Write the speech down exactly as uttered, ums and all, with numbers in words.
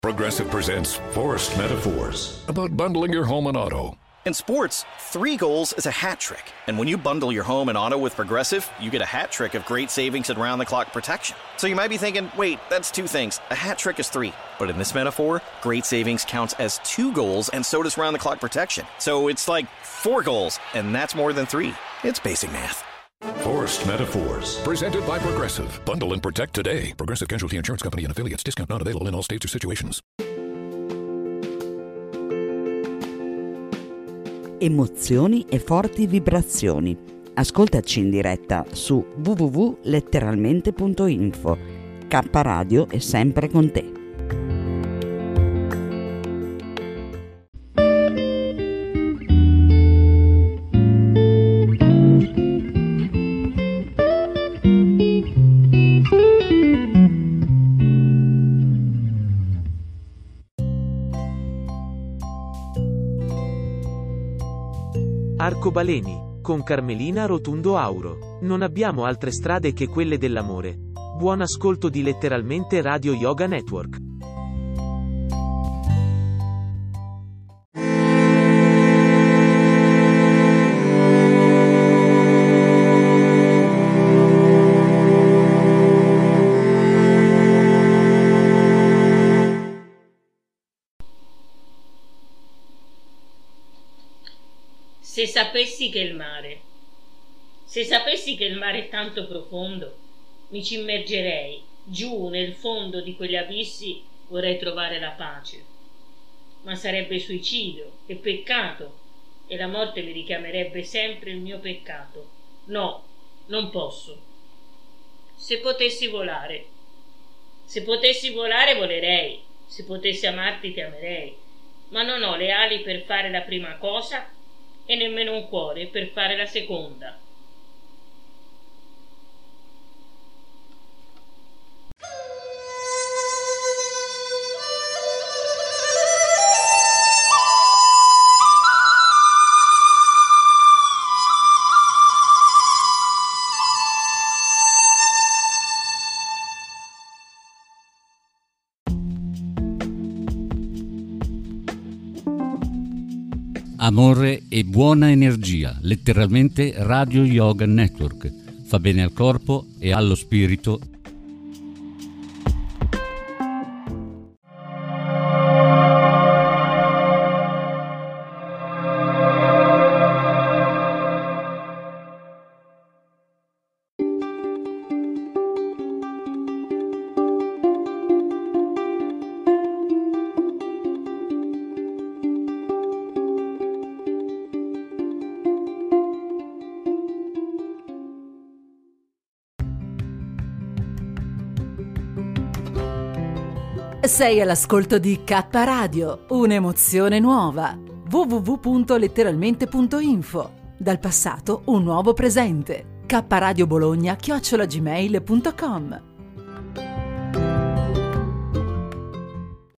Progressive presents Forced Metaphors about bundling your home and auto. In sports, three goals is a hat trick. And when you bundle your home and auto with Progressive, you get a hat trick of great savings and round-the-clock protection. So you might be thinking, wait, that's two things. A hat trick is three. But in this metaphor, great savings counts as two goals, and so does round-the-clock protection. So it's like four goals, and that's more than three. It's basic math. Forced Metaphors, presented by Progressive. Bundle and protect today. Progressive Casualty Insurance Company and affiliates. Discount not available in all states or situations. Emozioni e forti vibrazioni. Ascoltaci in diretta su w w w punto letteralmente punto info. K Radio è sempre con te. Arcobaleni, con Carmelina Rotundo Auro. Non abbiamo altre strade che quelle dell'amore. Buon ascolto di Letteralmente Radio Yoga Network. Se sapessi che il mare, se sapessi che il mare è tanto profondo, mi ci immergerei, giù nel fondo di quegli abissi vorrei trovare la pace. Ma sarebbe suicidio e peccato, e la morte mi richiamerebbe sempre il mio peccato. No, non posso. Se potessi volare, se potessi volare volerei, se potessi amarti ti amerei, ma non ho le ali per fare la prima cosa e nemmeno un cuore per fare la seconda. Amore e buona energia, letteralmente Radio Yoga Network. Fa bene al corpo e allo spirito. Sei all'ascolto di K Radio, un'emozione nuova. w w w punto letteralmente punto info. Dal passato un nuovo presente. K Radio Bologna chiocciola gmail punto com.